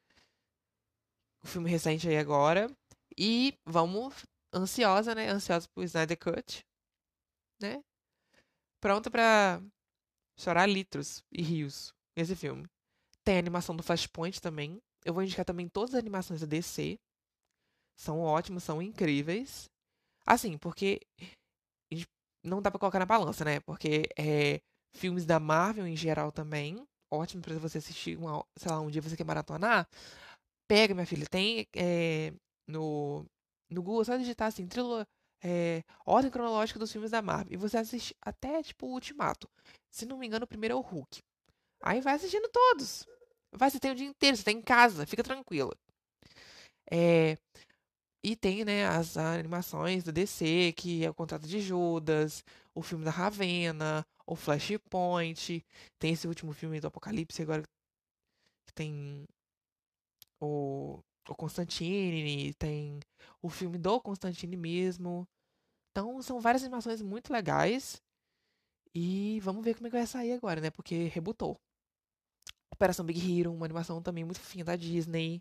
O filme recente aí agora. E vamos, ansiosa, né? Ansiosa pro Snyder Cut, né? Pronta pra chorar litros e rios nesse filme. Tem a animação do Flashpoint também. Eu vou indicar também todas as animações da D C. São ótimas, são incríveis. Assim, porque não dá pra colocar na balança, né? Porque é, filmes da Marvel em geral também. Ótimo pra você assistir, uma, sei lá, um dia você quer maratonar. Pega, minha filha, tem é, no, no Google, só digitar assim, trilo, é, ordem cronológica dos filmes da Marvel. E você assiste até, tipo, o Ultimato. Se não me engano, o primeiro é o Hulk. Aí vai assistindo todos. Vai, você tem o dia inteiro, você tá em casa, fica tranquila. É, e tem, né, as animações do D C, que é o Contrato de Judas, o filme da Ravena, o Flashpoint. Tem esse último filme do Apocalipse agora que tem o, o Constantine, tem o filme do Constantine mesmo. Então, são várias animações muito legais. E vamos ver como é que vai sair agora, né? Porque rebutou. Operação Big Hero, uma animação também muito fofinha da Disney.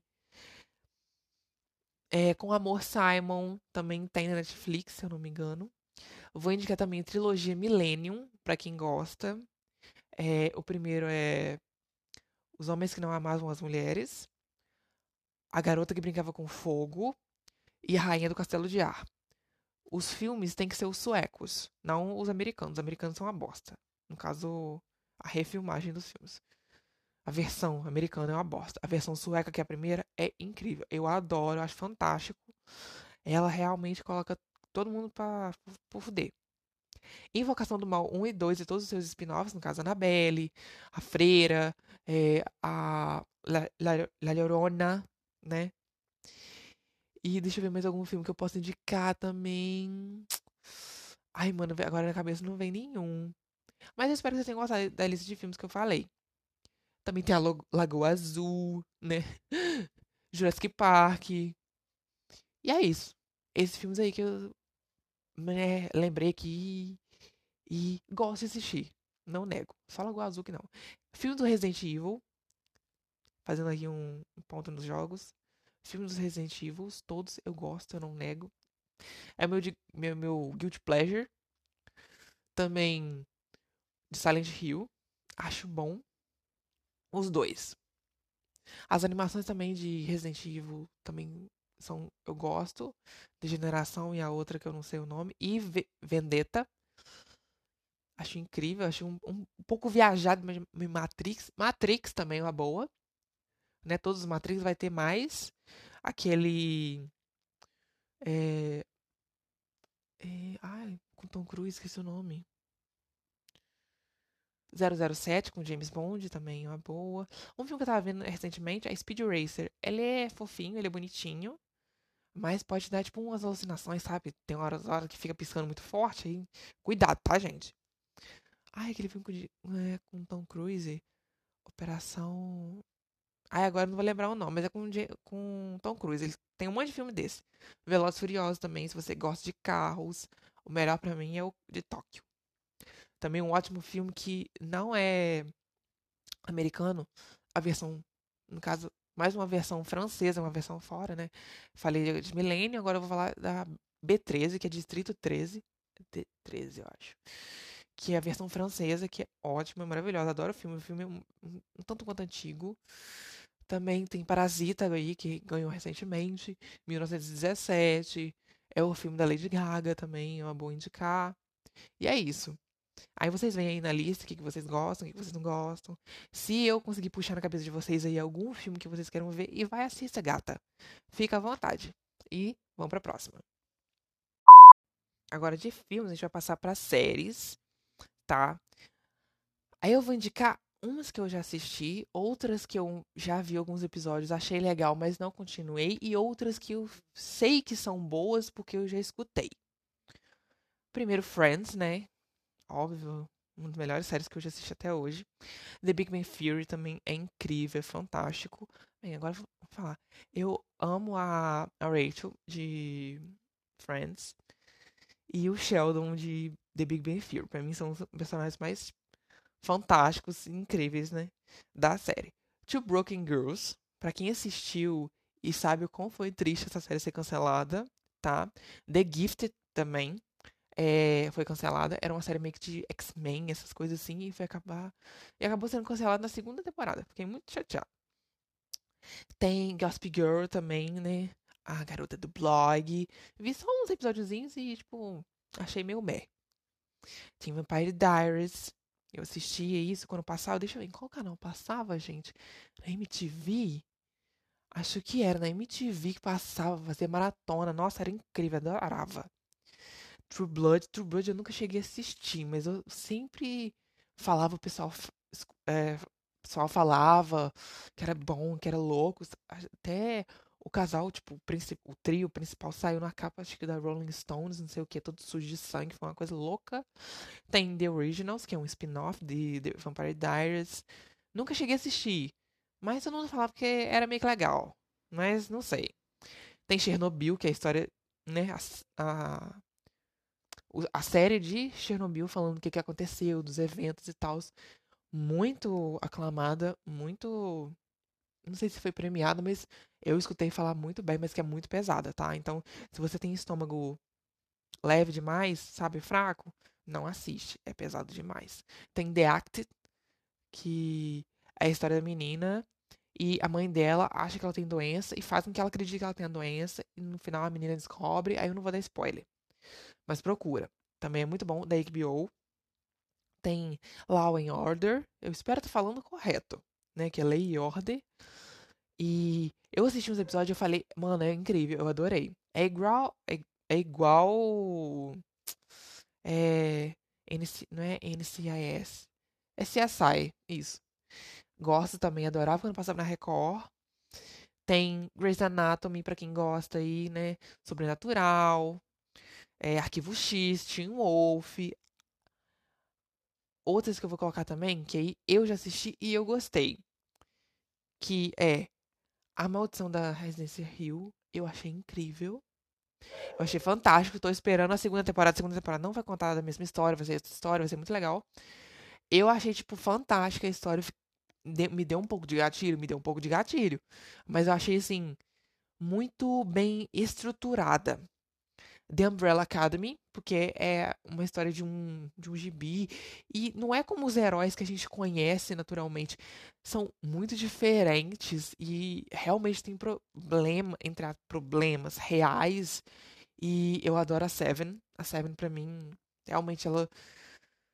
É, com Amor Simon, também tem na Netflix, se eu não me engano. Vou indicar também a trilogia Millennium, pra quem gosta. É, o primeiro é Os Homens que Não Amavam as Mulheres, A Garota que Brincava com Fogo e A Rainha do Castelo de Ar. Os filmes têm que ser os suecos, não os americanos. Os americanos são uma bosta. No caso, a refilmagem dos filmes. A versão americana é uma bosta. A versão sueca, que é a primeira, é incrível. Eu adoro, eu acho fantástico. Ela realmente coloca todo mundo pra, pra fuder. Invocação do Mal um e dois e todos os seus spin-offs, no caso, Annabelle, a Freira, é, a La, La, La Llorona, né? E deixa eu ver mais algum filme que eu posso indicar também. Ai, mano, agora na cabeça não vem nenhum. Mas eu espero que vocês tenham gostado da lista de filmes que eu falei. Também tem a Lo- Lagoa Azul, né? Jurassic Park. E é isso. Esses filmes aí que eu, né, lembrei aqui e gosto de assistir. Não nego. Só Lagoa Azul que não. Filme do Resident Evil. Fazendo aqui um, um ponto nos jogos. Filmes dos Resident Evil, todos eu gosto, eu não nego. É meu, de- meu, meu guilty pleasure. Também de Silent Hill. Acho bom. Os dois. As animações também de Resident Evil também são. Eu gosto. De Generação e a outra que eu não sei o nome. E V- Vendetta. Acho incrível, acho um, um pouco viajado, mas Matrix. Matrix também é uma boa, né? Todos os Matrix vai ter mais. Aquele. É, é, ai, com Tom Cruise, esqueci o nome. zero zero sete com James Bond também é uma boa. Um filme que eu tava vendo recentemente é Speed Racer. Ele é fofinho, ele é bonitinho, mas pode dar tipo umas alucinações, sabe? Tem horas, horas que fica piscando muito forte aí. Cuidado, tá, gente? Ai, aquele filme com, Di- é, com Tom Cruise. Operação. Ai, agora eu não vou lembrar o nome, mas é com, Ja- com Tom Cruise. Ele tem um monte de filme desse. Velozes e Furiosos também, se você gosta de carros. O melhor pra mim é o de Tóquio. Também um ótimo filme que não é americano, a versão, no caso, mais uma versão francesa, uma versão fora, né? Falei de Millennium, agora eu vou falar da B treze, que é Distrito treze. D treze, eu acho. Que é a versão francesa, que é ótima, é maravilhosa. Adoro o filme. O filme é um, um, um tanto quanto antigo. Também tem Parasita aí, que ganhou recentemente, mil novecentos e dezessete. É o filme da Lady Gaga também, é uma boa indicar. E é isso. Aí vocês veem aí na lista o que, que vocês gostam, o que, que vocês não gostam. Se eu conseguir puxar na cabeça de vocês aí algum filme que vocês queiram ver, e vai assista, gata. Fica à vontade. E vamos pra próxima. Agora de filmes, a gente vai passar pra séries, tá? Aí eu vou indicar umas que eu já assisti, outras que eu já vi alguns episódios, achei legal, mas não continuei, e outras que eu sei que são boas porque eu já escutei. Primeiro, Friends, né? Óbvio, uma das melhores séries que eu já assisti até hoje. The Big Bang Theory também é incrível, é fantástico. Bem, agora eu vou falar. Eu amo a, a Rachel de Friends e o Sheldon de The Big Bang Theory. Pra mim são os personagens mais fantásticos e incríveis, né, da série. Two Broken Girls, pra quem assistiu e sabe o quão foi triste essa série ser cancelada, tá? The Gifted também é, foi cancelada. Era uma série meio que de X-Men, essas coisas assim, e foi acabar. E acabou sendo cancelada na segunda temporada. Fiquei muito chateado. Tem Gossip Girl também, né? A garota do blog. Vi só uns episódiozinhos e, tipo, achei meio meh. Tem Vampire Diaries. Eu assistia isso quando passava. Deixa eu ver, em qual canal passava, gente? Na M T V? Acho que era na M T V que passava, fazia maratona. Nossa, era incrível, adorava. True Blood, True Blood eu nunca cheguei a assistir, mas eu sempre falava, o pessoal, f- escu- é, o pessoal falava que era bom, que era louco. Até o casal, tipo, o, princi- o trio principal saiu na capa, acho que da Rolling Stones, não sei o que, todo sujo de sangue, foi uma coisa louca. Tem The Originals, que é um spin-off de The Vampire Diaries. Nunca cheguei a assistir, mas todo mundo falava que era meio que legal. Mas não sei. Tem Chernobyl, que é a história, né, a, a o- a série de Chernobyl falando o que, que aconteceu, dos eventos e tal. Muito aclamada, muito. Não sei se foi premiada, mas eu escutei falar muito bem, mas que é muito pesada, tá? Então, se você tem estômago leve demais, sabe, fraco, não assiste. É pesado demais. Tem The Act, que é a história da menina. E a mãe dela acha que ela tem doença e faz com que ela acredite que ela tem a doença. E no final a menina descobre. Aí eu não vou dar spoiler. Mas procura. Também é muito bom, da H B O. Tem Law and Order. Eu espero estar falando correto, né? Que é Lei e Ordem. E eu assisti uns episódios e eu falei, mano, é incrível, eu adorei. É igual. É, é igual. É. N C, não é N C I S. É C S I, isso. Gosto também, adorava quando passava na Record. Tem Grey's Anatomy, pra quem gosta aí, né? Sobrenatural. É, Arquivo X, Teen Wolf. Outras que eu vou colocar também, que aí eu já assisti e eu gostei. Que é A Maldição da Residência Hill. Eu achei incrível. Eu achei fantástico. Tô esperando a segunda temporada. A segunda temporada não vai contar da mesma história, vai ser outra história, vai ser muito legal. Eu achei, tipo, fantástica a história. De- me deu um pouco de gatilho, me deu um pouco de gatilho. Mas eu achei, assim, muito bem estruturada. The Umbrella Academy, porque é uma história de um, de um gibi. E não é como os heróis que a gente conhece naturalmente. São muito diferentes e realmente tem problema, entre a- problemas reais. E eu adoro a Seven. A Seven, pra mim, realmente ela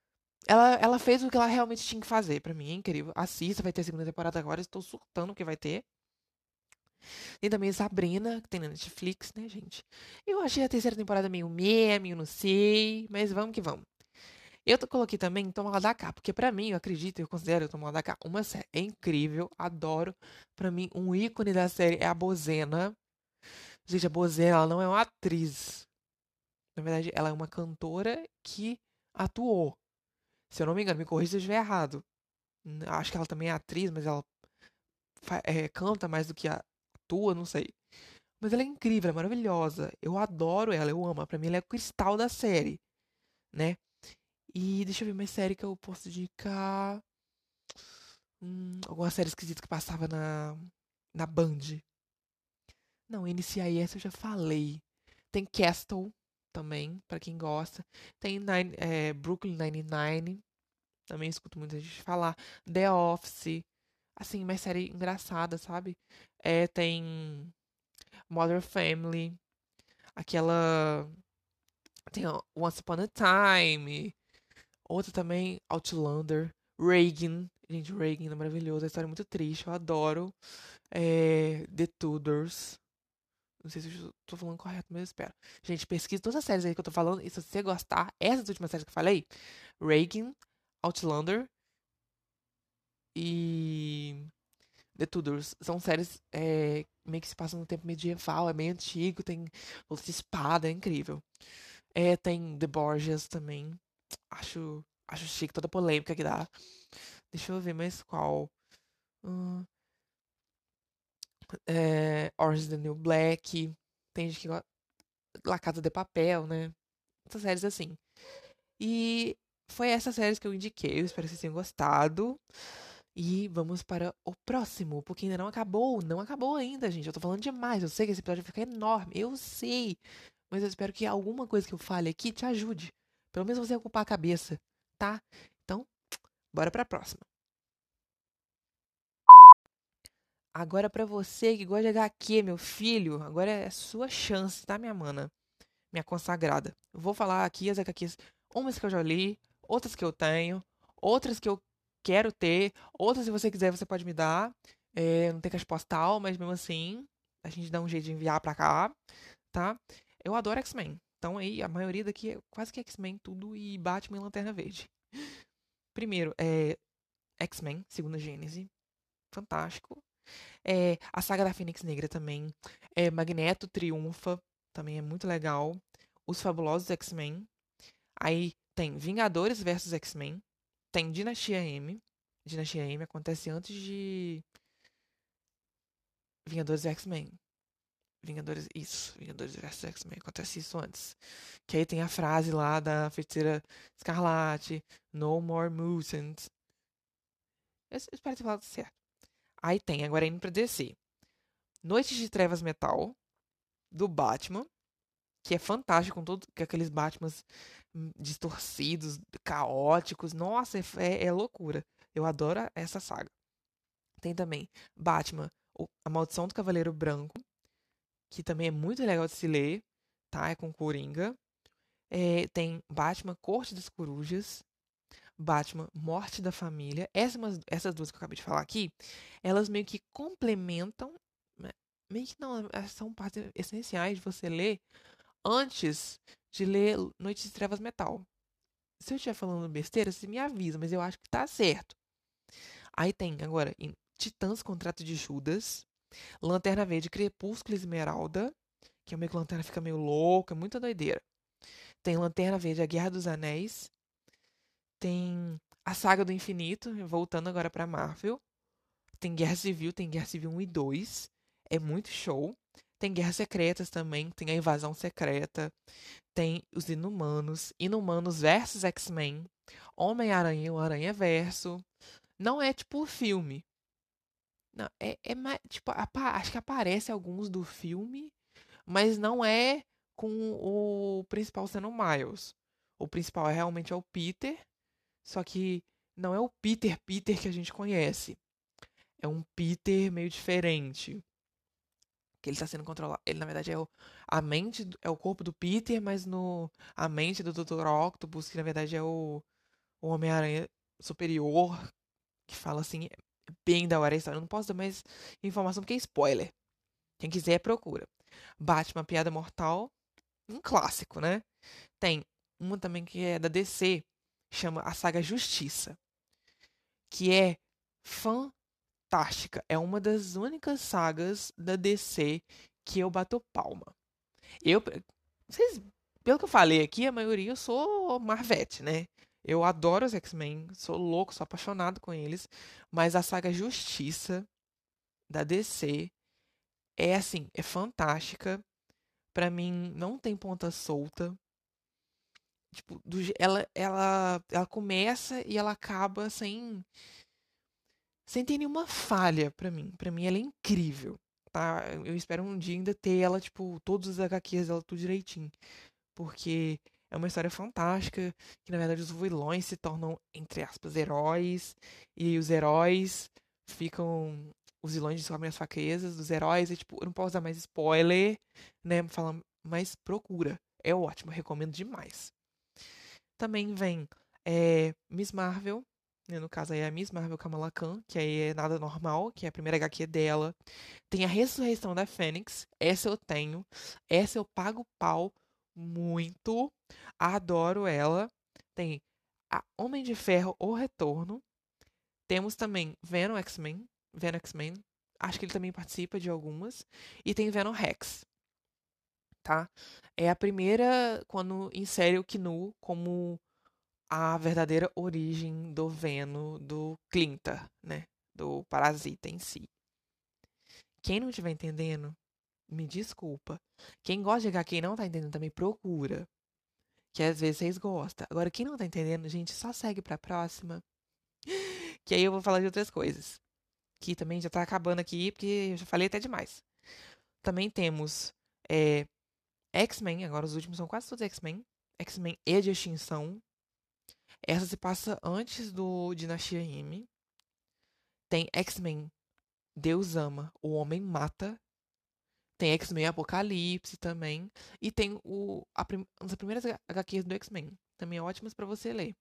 Ela, ela fez o que ela realmente tinha que fazer. Pra mim é incrível. Assista, vai ter segunda temporada agora. Estou surtando que vai ter. Tem também Sabrina, que tem na Netflix, né, gente? Eu achei a terceira temporada meio meh, meio não sei, mas vamos que vamos. Eu tô- coloquei também Toma Lá da Cá, porque pra mim, eu acredito, eu considero Toma Lá da Cá uma série. É incrível, adoro. Pra mim, um ícone da série é a Bozena. Gente, a Bozena, ela não é uma atriz. Na verdade, ela é uma cantora que atuou. Se eu não me engano, me corrija se eu estiver errado. N- Acho que ela também é atriz, mas ela fa- é, canta mais do que a- atua, não sei. Mas ela é incrível, ela é maravilhosa. Eu adoro ela, eu amo. Pra mim, ela é o cristal da série, né? E deixa eu ver mais série que eu posso indicar. Hum, alguma série esquisita que passava na, na Band. Não, N C I S eu já falei. Tem Castle também, pra quem gosta. Tem Nine, é, Brooklyn Nine-Nine. Também escuto muita gente falar. The Office. Assim, mais série engraçada, sabe? É, tem Modern Family. Aquela. Tem Once Upon a Time. Outra também, Outlander. Reagan. Gente, Reagan é maravilhoso. A história é muito triste, eu adoro. É, The Tudors. Não sei se eu tô falando correto, mas eu espero. Gente, pesquisa todas as séries aí que eu tô falando. E se você gostar, essas últimas séries que eu falei: Reagan, Outlander e The Tudors. São séries é, meio que se passam no tempo medieval, é meio antigo, tem luta de espada, é incrível. É, tem The Borgias também. Acho, acho chique, toda a polêmica que dá. Deixa eu ver mais qual. Hum, é, Orange is the New Black. Tem gente que gosta. La Casa de Papel, né? Essas séries assim. E foi essas séries que eu indiquei. Eu espero que vocês tenham gostado. E vamos para o próximo, porque ainda não acabou. Não acabou ainda, gente. Eu tô falando demais. Eu sei que esse episódio vai ficar enorme. Eu sei. Mas eu espero que alguma coisa que eu fale aqui te ajude. Pelo menos você ocupar a cabeça, tá? Então, bora pra próxima. Agora pra você que gosta de H Q, meu filho, agora é sua chance, tá, minha mana? Minha consagrada. Eu vou falar aqui as H Qs, umas que eu já li, outras que eu tenho, outras que eu quero ter, outras se você quiser você pode me dar. É, não tem caixa postal, mas mesmo assim, a gente dá um jeito de enviar pra cá, tá? Eu adoro X-Men. Então aí, a maioria daqui é quase que X-Men tudo e Batman e Lanterna Verde. Primeiro, é X-Men, segunda Gênese. Fantástico. É, a saga da Fênix Negra também. É, Magneto Triunfa, também é muito legal. Os Fabulosos X-Men. Aí tem Vingadores versus X-Men. Tem Dinastia M. Dinastia M acontece antes de Vingadores e X-Men. Vingadores, isso, Vingadores versus X-Men, acontece isso antes. Que aí tem a frase lá da Feiticeira Escarlate, No More Mutants. Eu espero ter falado certo. Aí tem, agora indo pra D C. Noites de Trevas Metal, do Batman, que é fantástico, com todos aqueles Batmans hum, distorcidos, caóticos. Nossa, é, é- é loucura. Eu adoro essa saga. Tem também Batman, o- A Maldição do Cavaleiro Branco, que também é muito legal de se ler, tá? É com Coringa. É, tem Batman, Corte das Corujas, Batman, Morte da Família. Essas, essas duas que eu acabei de falar aqui, elas meio que complementam, né? Meio que não, elas são partes essenciais de você ler antes de ler Noites de Trevas Metal. Se eu estiver falando besteira, você me avisa, mas eu acho que tá certo. Aí tem agora em Titãs Contrato de Judas, Lanterna Verde, Crepúsculo e Esmeralda, que é meio que Lanterna fica meio louca, é muita doideira. Tem Lanterna Verde, A Guerra dos Anéis, tem a Saga do Infinito, voltando agora pra Marvel. Tem Guerra Civil, tem Guerra Civil um e dois, é muito show. Tem Guerras Secretas também, tem a Invasão Secreta, tem os Inumanos, Inumanos versus X-Men, Homem-Aranha e o Aranha-Verso. Não é tipo o filme. Não, é, é mais, tipo, apa- acho que aparece alguns do filme, mas não é com o principal sendo o Miles. O principal é realmente é o Peter, só que não é o Peter Peter que a gente conhece. É um Peter meio diferente. Que ele está sendo controlado. Ele, na verdade, é o, a mente, é o corpo do Peter, mas no, a mente do doutor Octopus, que na verdade é o, o Homem-Aranha Superior, que fala assim, é bem da hora a história. Eu não posso dar mais informação porque é spoiler. Quem quiser, procura. Batman, Piada Mortal, um clássico, né? Tem uma também que é da D C, chama a saga Justiça, que é fantástica. É uma das únicas sagas da D C que eu bato palma. Eu, vocês, pelo que eu falei aqui, a maioria eu sou Marvete, né? Eu adoro os X-Men, sou louco, sou apaixonado com eles, mas a saga Justiça da D C é assim, é fantástica. Pra mim não tem ponta solta. Tipo, do je- ela, ela, ela começa e ela acaba sem, sem ter nenhuma falha pra mim. Pra mim ela é incrível, tá? Eu espero um dia ainda ter ela, tipo, todos os H Qs dela tudo direitinho. Porque é uma história fantástica, que na verdade os vilões se tornam, entre aspas, heróis. E os heróis ficam... Os vilões descobrem as fraquezas dos heróis. E, tipo, eu não posso dar mais spoiler, né? Falar, mas procura. É ótimo, recomendo demais. Também vem é, Miss Marvel, né, no caso aí é a Miss Marvel Kamala Khan, que aí é Nada Normal, que é a primeira H Q dela. Tem a Ressurreição da Fênix, essa eu tenho. Essa eu pago pau muito. Adoro ela. Tem a Homem de Ferro, O Retorno. Temos também Venom X-Men. Venom X-Men. Acho que ele também participa de algumas. E tem Venom Rex, tá? É a primeira quando insere o Knu como a verdadeira origem do Venom do Clinta, né? Do parasita em si. Quem não estiver entendendo, me desculpa. Quem gosta de H Q e não tá entendendo também, procura. Que às vezes vocês gostam. Agora, quem não tá entendendo, gente, só segue pra próxima. Que aí eu vou falar de outras coisas. Que também já tá acabando aqui, porque eu já falei até demais. Também temos é, X-Men, agora os últimos são quase todos X-Men. X-Men e de extinção. Essa se passa antes do Dinastia M. Tem X-Men Deus ama, o homem mata. Tem X-Men Apocalipse também. E tem o, a prim, uma das primeiras H Qs do X-Men. Também é ótimas pra você ler.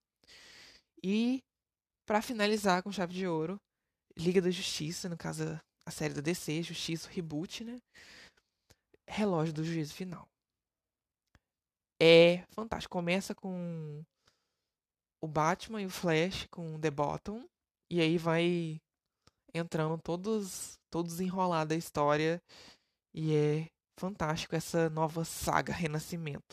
E, pra finalizar com chave de ouro, Liga da Justiça, no caso a série da D C, Justiça, o reboot, né? Relógio do Juízo Final. É fantástico. Começa com o Batman e o Flash com The Bottom. E aí vai entrando todos, todos enrolada a história. E é fantástico essa nova saga Renascimento.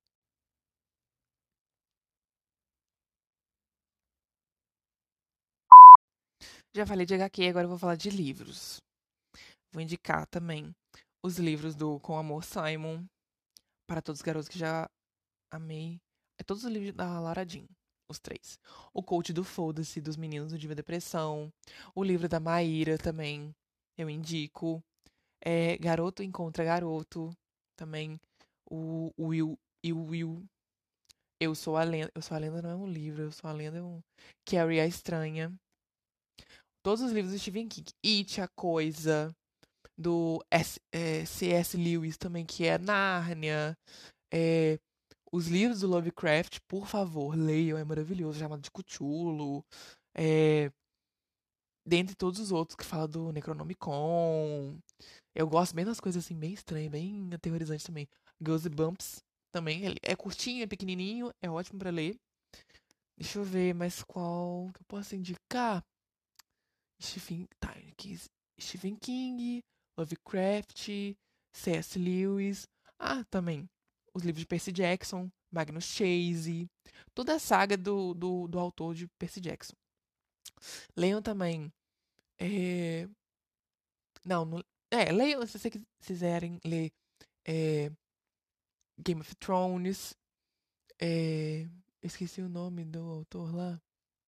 Já falei de H Q, agora eu vou falar de livros. Vou indicar também os livros do Com Amor Simon, para todos os garotos que já amei. É todos os livros da Lara Jean, os três. O Coach do Foda-se, dos meninos do Diva Depressão. O livro da Maíra também, eu indico. É Garoto Encontra Garoto, também. O Will e o Will. Eu Sou a Lenda. Eu Sou a Lenda não é um livro, Eu Sou a Lenda é um. Carrie a Estranha. Todos os livros do Stephen King. It, A Coisa, do S, é, C S. Lewis também, que é Nárnia. É, os livros do Lovecraft, por favor, leiam, é maravilhoso, chamado de Cthulhu. É, dentre todos os outros que fala do Necronomicon. Eu gosto bem das coisas assim, bem estranhas, bem aterrorizantes também. Goosebumps também, ele é curtinho, é pequenininho, é ótimo pra ler. Deixa eu ver, mas qual que eu posso indicar? Stephen, tá, aqui, Stephen King, Lovecraft, C S. Lewis. Ah, também os livros de Percy Jackson, Magnus Chase, toda a saga do, do, do autor de Percy Jackson. Leiam também. É, não, não, é, leiam se vocês quiserem ler é, Game of Thrones. É, esqueci o nome do autor lá.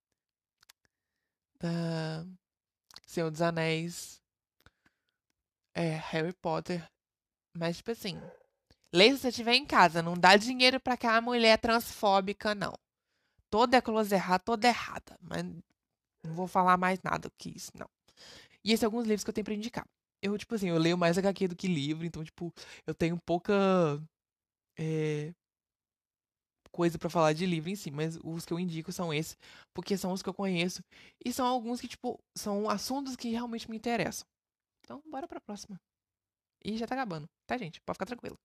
Da Senhor dos Anéis. É, Harry Potter. Mas, tipo assim, leia se você estiver em casa. Não dá dinheiro pra aquela mulher transfóbica, não. Toda é close errada, toda errada. Mas não vou falar mais nada que isso, não. E esses são alguns livros que eu tenho pra indicar. Eu, tipo assim, eu leio mais H Q do que livro, então, tipo, eu tenho pouca. É, coisa pra falar de livro em si, mas os que eu indico são esses, porque são os que eu conheço e são alguns que, tipo, são assuntos que realmente me interessam. Então, bora pra próxima. E já tá acabando, tá, gente? Pode ficar tranquilo.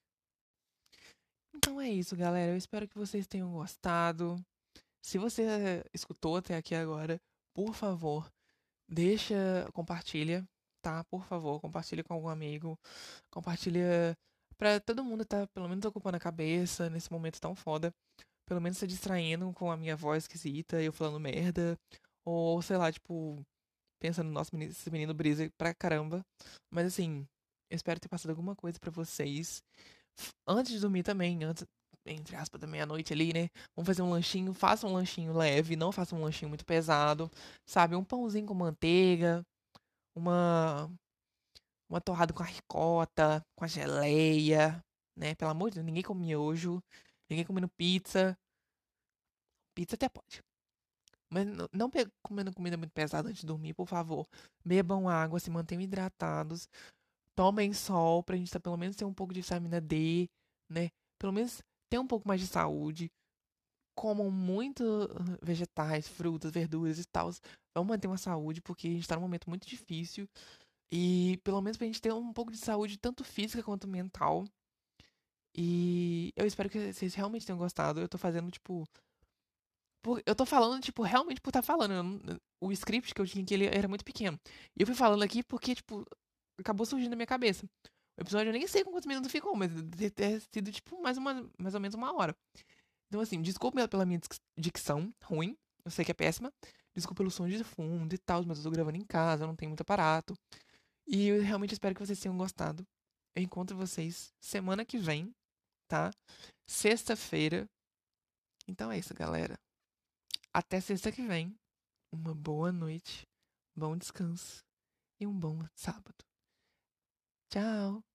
Então é isso, galera. Eu espero que vocês tenham gostado. Se você escutou até aqui agora, por favor, deixa, compartilha, tá? Por favor, compartilha com algum amigo. Compartilha pra todo mundo tá pelo menos ocupando a cabeça nesse momento tão foda. Pelo menos se distraindo com a minha voz esquisita, eu falando merda. Ou, sei lá, tipo, pensando, nossa, menino- esse menino brisa pra caramba. Mas assim, eu espero ter passado alguma coisa pra vocês. F- Antes de dormir também, antes, entre aspas, da meia-noite ali, né? Vamos fazer um lanchinho, faça um lanchinho leve, não faça um lanchinho muito pesado. Sabe, um pãozinho com manteiga, uma, uma torrada com a ricota, com a geleia, né? Pelo amor de Deus, ninguém come miojo, ninguém comendo pizza. Pizza até pode. Mas n- não pe- comendo comida muito pesada antes de dormir, por favor. Bebam água, se mantenham hidratados. Tomem sol pra gente tá, pelo menos ter um pouco de vitamina D, né? Pelo menos ter um pouco mais de saúde. Comam muito uh, vegetais, frutas, verduras e tal. Vamos manter uma saúde, porque a gente tá num momento muito difícil. E pelo menos pra gente ter um pouco de saúde, tanto física quanto mental. E eu espero que vocês realmente tenham gostado. Eu tô fazendo, tipo, por- eu tô falando, tipo, realmente por estar falando. Eu não- o script que eu tinha aqui, ele era muito pequeno. E eu fui falando aqui porque, tipo, acabou surgindo na minha cabeça. O episódio eu nem sei com quantos minutos ficou, mas deve ter sido, tipo, mais, uma, mais ou menos uma hora. Então, assim, desculpa pela minha dic- dicção ruim. Eu sei que é péssima. Desculpa pelo som de fundo e tal, mas eu tô gravando em casa, eu não tenho muito aparato. E eu realmente espero que vocês tenham gostado. Eu encontro vocês semana que vem, tá? Sexta-feira. Então é isso, galera. Até sexta que vem. Uma boa noite, bom descanso e um bom sábado. Tchau!